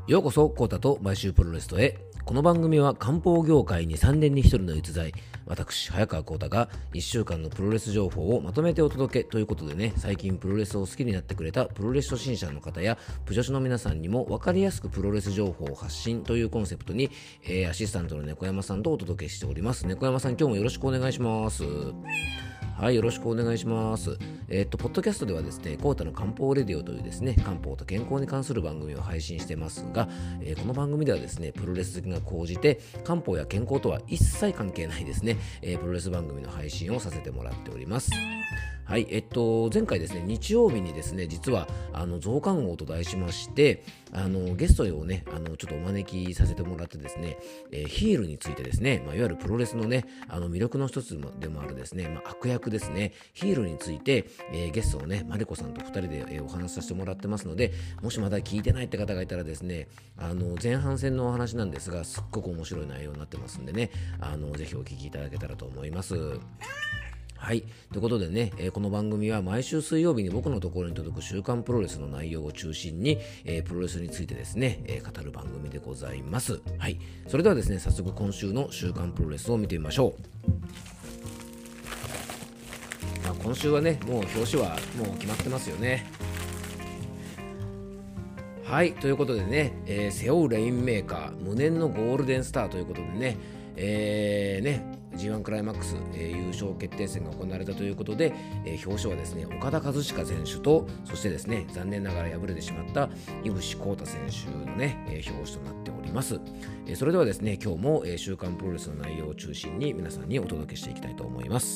ようこそコータと毎週プロレストへ。この番組は漢方業界に3年に1人の逸材、私早川コータが1週間のプロレス情報をまとめてお届けということでね、最近プロレスを好きになってくれたプロレス初心者の方やプ女子の皆さんにも分かりやすくプロレス情報を発信というコンセプトに、アシスタントの猫山さんとお届けしております。猫山さん、今日もよろしくお願いします。はい、よろしくお願いします。ポッドキャストではですね、コータの漢方レディオというですね、漢方と健康に関する番組を配信してますが、この番組ではですね、プロレス好きが高じて、漢方や健康とは一切関係ないですね、プロレス番組の配信をさせてもらっております。はい、前回ですね、日曜日にですね、実は増刊号と題しまして、ゲストをね、ちょっとお招きさせてもらってですね、ヒールについてですね、いわゆるプロレスのね、魅力の一つでもあるですね、悪役ですね、ヒールについて、ゲストのね、マリコさんと2人で、お話しさせてもらってますので、もしまだ聞いてないって方がいたらですね、前半戦のお話なんですが、すっごく面白い内容になってますんでね、ぜひお聞きいただけたらと思います。はい。ということでね、この番組は毎週水曜日に僕のところに届く週刊プロレスの内容を中心に、プロレスについてですね、語る番組でございます。はい。それではですね、早速今週の週刊プロレスを見てみましょう。今週はね、もう表紙はもう決まってますよね。はい。ということでね、背負うレインメーカー、無念のゴールデンスターということでね、G1 クライマックス、優勝決定戦が行われたということで、表彰はですね、岡田和親選手と、そしてですね、残念ながら敗れてしまった井伏浩太選手のね、表彰となっております。それではですね、今日も、週刊プロレスの内容を中心に皆さんにお届けしていきたいと思います。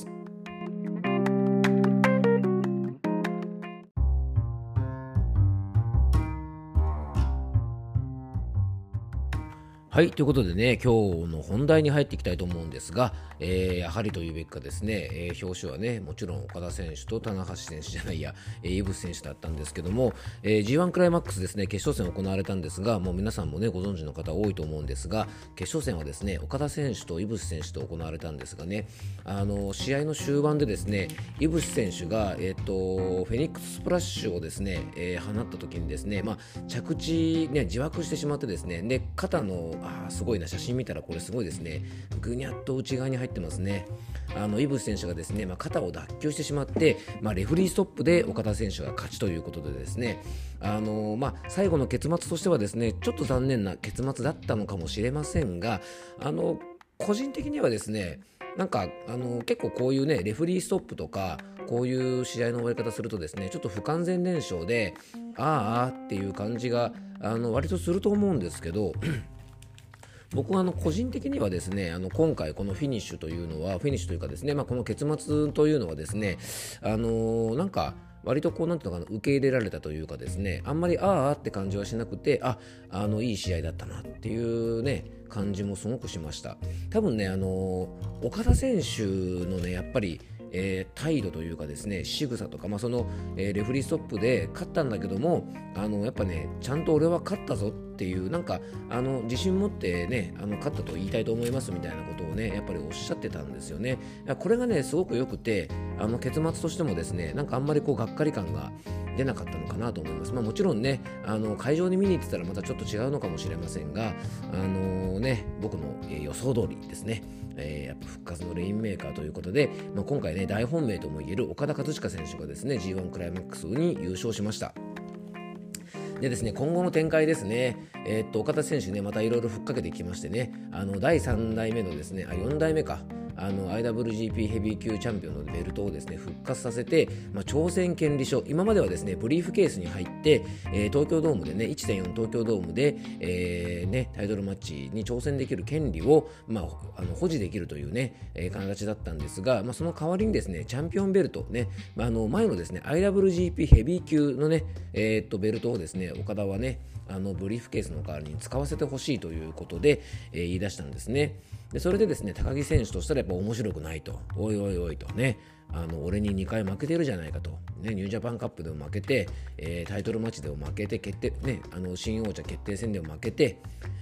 はい、ということでね、今日の本題に入っていきたいと思うんですが、やはりというべきかですね、表紙はね、もちろん岡田選手と棚橋選手じゃないや、井伏選手だったんですけども、G1 クライマックスですね、決勝戦行われたんですが、もう皆さんもね、ご存知の方多いと思うんですが、決勝戦はですね、岡田選手と井伏選手と行われたんですがね、試合の終盤でですね、井伏選手が、フェニックススプラッシュをですね、放った時にですね、着地ね、自爆してしまってですね、で、肩のすごいな、写真見たらこれすごいですね、ぐにゃっと内側に入ってますね。井伏選手がですね、肩を脱臼してしまって、レフリーストップで岡田選手が勝ちということでですね、最後の結末としてはですね、ちょっと残念な結末だったのかもしれませんが、個人的にはですね、なんか結構こういうね、レフリーストップとかこういう試合の終わり方するとですね、ちょっと不完全燃焼でっていう感じが割とすると思うんですけど僕は個人的にはですね、今回このフィニッシュというかですね、この結末というのはですね、なんか割とこうなんていうのかな、受け入れられたというかですね、あんまりって感じはしなくて、いい試合だったなっていうね感じもすごくしました。多分ね、岡田選手のね、やっぱり態度というかですね、仕草とか、レフリーストップで勝ったんだけども、やっぱね、ちゃんと俺は勝ったぞっていう、なんか自信持ってね、勝ったと言いたいと思いますみたいなことをね、やっぱりおっしゃってたんですよね。これがね、すごく良くて、結末としてもですね、なんかあんまりこうがっかり感が出なかったのかなと思います。もちろんね、会場に見に行ってたらまたちょっと違うのかもしれませんが、僕の予想通りですね、やっぱ復活のレインメーカーということで、今回ね、大本命ともいえる岡田和親選手がですね、 G1 クライマックスに優勝しました。でですね、今後の展開ですね、岡田選手ね、またいろいろふっかけてきましてね、第3代目のですね、4代目か、IWGP ヘビー級チャンピオンのベルトをですね、復活させて、挑戦権利書、今まではですね、ブリーフケースに入って、東京ドームでね、1.4 東京ドームで、タイトルマッチに挑戦できる権利を、保持できるというね、形だったんですが、その代わりにですね、チャンピオンベルトね、前のですね、IWGP ヘビー級のね、ベルトをですね、岡田はね、ブリーフケースの代わりに使わせてほしいということで、言い出したんですね。でそれでですね、高木選手としたらやっぱ面白くないと、おいおいおいとね、俺に2回負けてるじゃないかと、ね、ニュージャパンカップでも負けて、タイトルマッチでも負けて、決定ね、新王者決定戦でも負けて、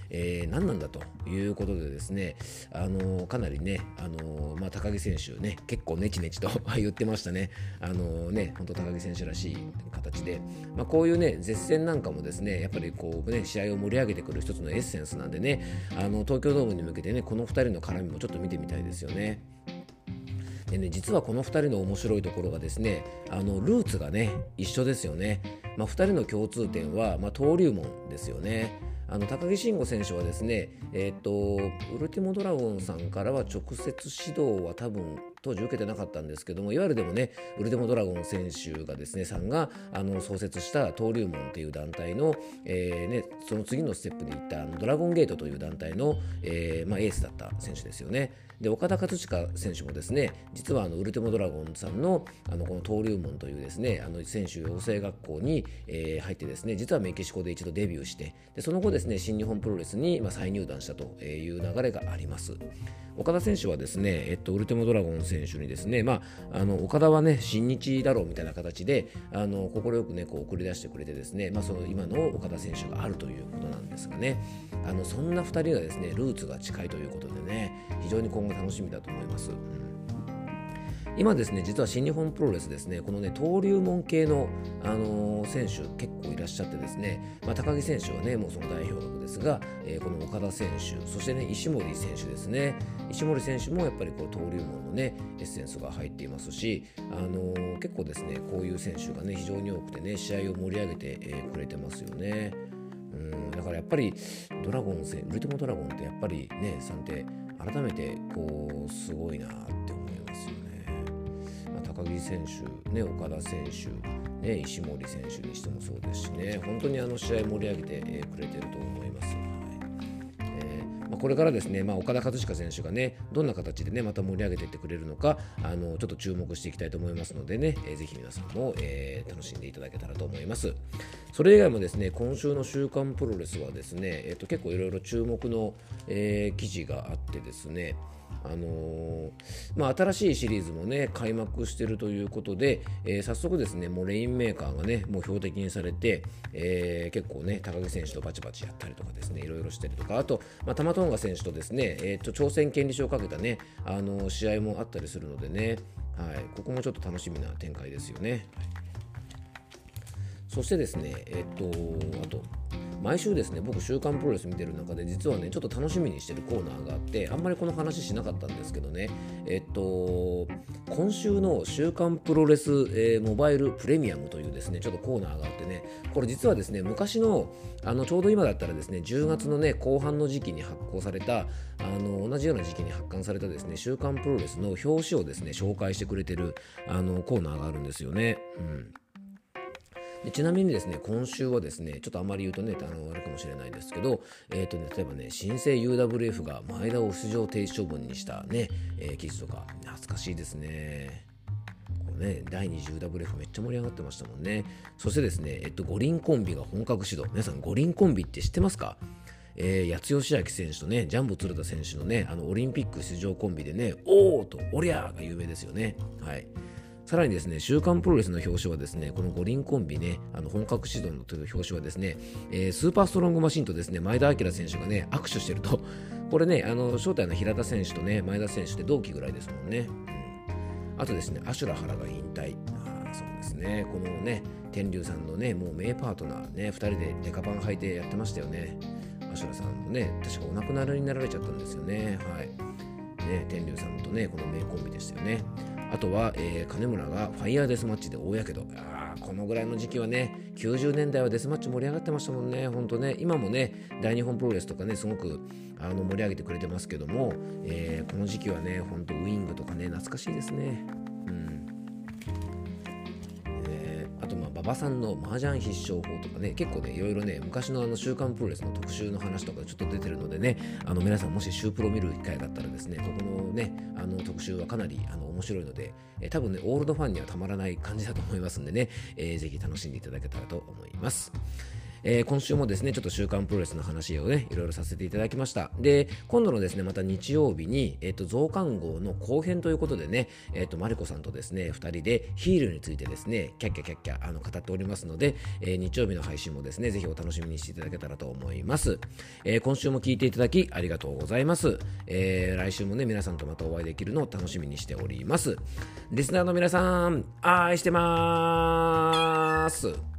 何なんだということでですね、かなりね、高木選手ね、結構ネチネチと言ってましたね。本当高木選手らしい形で、こういうね、絶戦なんかもですね、やっぱりこうね、試合を盛り上げてくる一つのエッセンスなんでね、東京ドームに向けてね、この2人の絡みもちょっと見てみたいですよね。でね、実はこの2人の面白いところがですね、ルーツがね一緒ですよね。2人の共通点は、登竜門ですよね。高木慎吾選手はですね、ウルティモドラゴンさんからは直接指導は多分当時受けてなかったんですけども、いわゆるでもね、ウルティモドラゴン選手がですね、さんが創設した登竜門という団体の、その次のステップでいったドラゴンゲートという団体の、エースだった選手ですよね。で、岡田克親選手もですね、実はウルティモドラゴンさんのこの登竜門というですね、選手養成学校に、入ってですね、実はメキシコで一度デビューして、でその後ですね、新日本プロレスに再入団したという流れがあります。岡田選手はですね、ウルティモドラゴン選手にですね、岡田はね、新日だろうみたいな形で快くね、こう送り出してくれてですね、その今の岡田選手があるということなんですがね、そんな2人がですね、ルーツが近いということでね、非常に今後楽しみだと思います。今ですね、実は新日本プロレスですね、このね、登竜門系の、選手結構いらっしゃってですね、高木選手はね、もうその代表格ですが、この岡田選手、そしてね、石森選手ですね。石森選手もやっぱりこう登竜門のね、エッセンスが入っていますし、結構ですね、こういう選手がね、非常に多くてね、試合を盛り上げて、くれてますよね。だからやっぱりウルティモドラゴンってやっぱりね、さんって改めてこうすごいなって思いますよね。高木選手、ね、岡田選手、ね、石森選手にしてもそうですしね、本当に試合盛り上げて、くれてると思います。これからですね、岡田克親選手がね、どんな形でね、また盛り上げていってくれるのか、ちょっと注目していきたいと思いますのでね、ぜひ皆さんも、楽しんでいただけたらと思います。それ以外もですね、今週の週刊プロレスはですね、結構いろいろ注目の、記事があってですね、新しいシリーズもね開幕しているということで、早速ですね、もうレインメーカーがねもう標的にされて、結構ね高木選手とバチバチやったりとかですね、いろいろしたりとか、あと、タマトンガ選手とですね、挑戦権利書をかけたね試合もあったりするのでね、ここもちょっと楽しみな展開ですよね。そしてですね、あと毎週ですね、僕週刊プロレス見てる中で実はねちょっと楽しみにしてるコーナーがあって、あんまりこの話しなかったんですけどね、今週の週刊プロレス、モバイルプレミアムというですねちょっとコーナーがあってね、これ実はですね昔のちょうど今だったらですね10月のね後半の時期に発行された同じような時期に発刊されたですね週刊プロレスの表紙をですね紹介してくれてるコーナーがあるんですよね。でちなみにですね、今週はですね、ちょっとあまり言うとね、あれかもしれないですけど、例えばね、新生 UWF が前田を出場停止処分にしたね、記事とか、懐かしいですね。こうね、第2次 UWF めっちゃ盛り上がってましたもんね。そしてですね、五輪コンビが本格始動。皆さん、五輪コンビって知ってますか？八代志明選手とね、ジャンボ鶴田選手のね、オリンピック出場コンビでね、おーと、おりゃーが有名ですよね。はい。さらにですね、週刊プロレスの表紙はですね、この五輪コンビね、本格始動のという表紙はですね、スーパーストロングマシンとですね、前田明選手がね、握手してると、これね、正体の平田選手とね、前田選手って同期ぐらいですもんね。あとですね、アシュラ原が引退。そうですね、このね、天竜さんのね、もう名パートナーね、2人でデカパン履いてやってましたよね。アシュラさんもね、確かお亡くなりになられちゃったんですよね。はい。ね、天竜さんとね、この名コンビでしたよね。あとは、金村がファイヤーデスマッチで大やけど、このぐらいの時期はね、90年代はデスマッチ盛り上がってましたもんね。本当ね、今もね、大日本プロレスとかね、すごく盛り上げてくれてますけども、この時期はね、本当ウイングとかね、懐かしいですね。あと馬場さんの麻雀必勝法とかね、結構ねいろいろね昔の週刊プロレスの特集の話とかちょっと出てるのでね、皆さんもし週プロ見る機会があったらですね、ここのね特集はかなり面白いので、多分ねオールドファンにはたまらない感じだと思いますんでね、ぜひ楽しんでいただけたらと思います。 今週もですねちょっと週刊プロレスの話をねいろいろさせていただきました。で今度のですねまた日曜日に、増刊号の後編ということでね、マリコさんとですね2人でヒールについてですねキャッキャ語っておりますので、日曜日の配信もですねぜひお楽しみにしていただけたらと思います。今週も聞いていただきありがとうございます。来週もね皆さんとまたお会いできるのを楽しみにしております。リスナーの皆さん愛してます。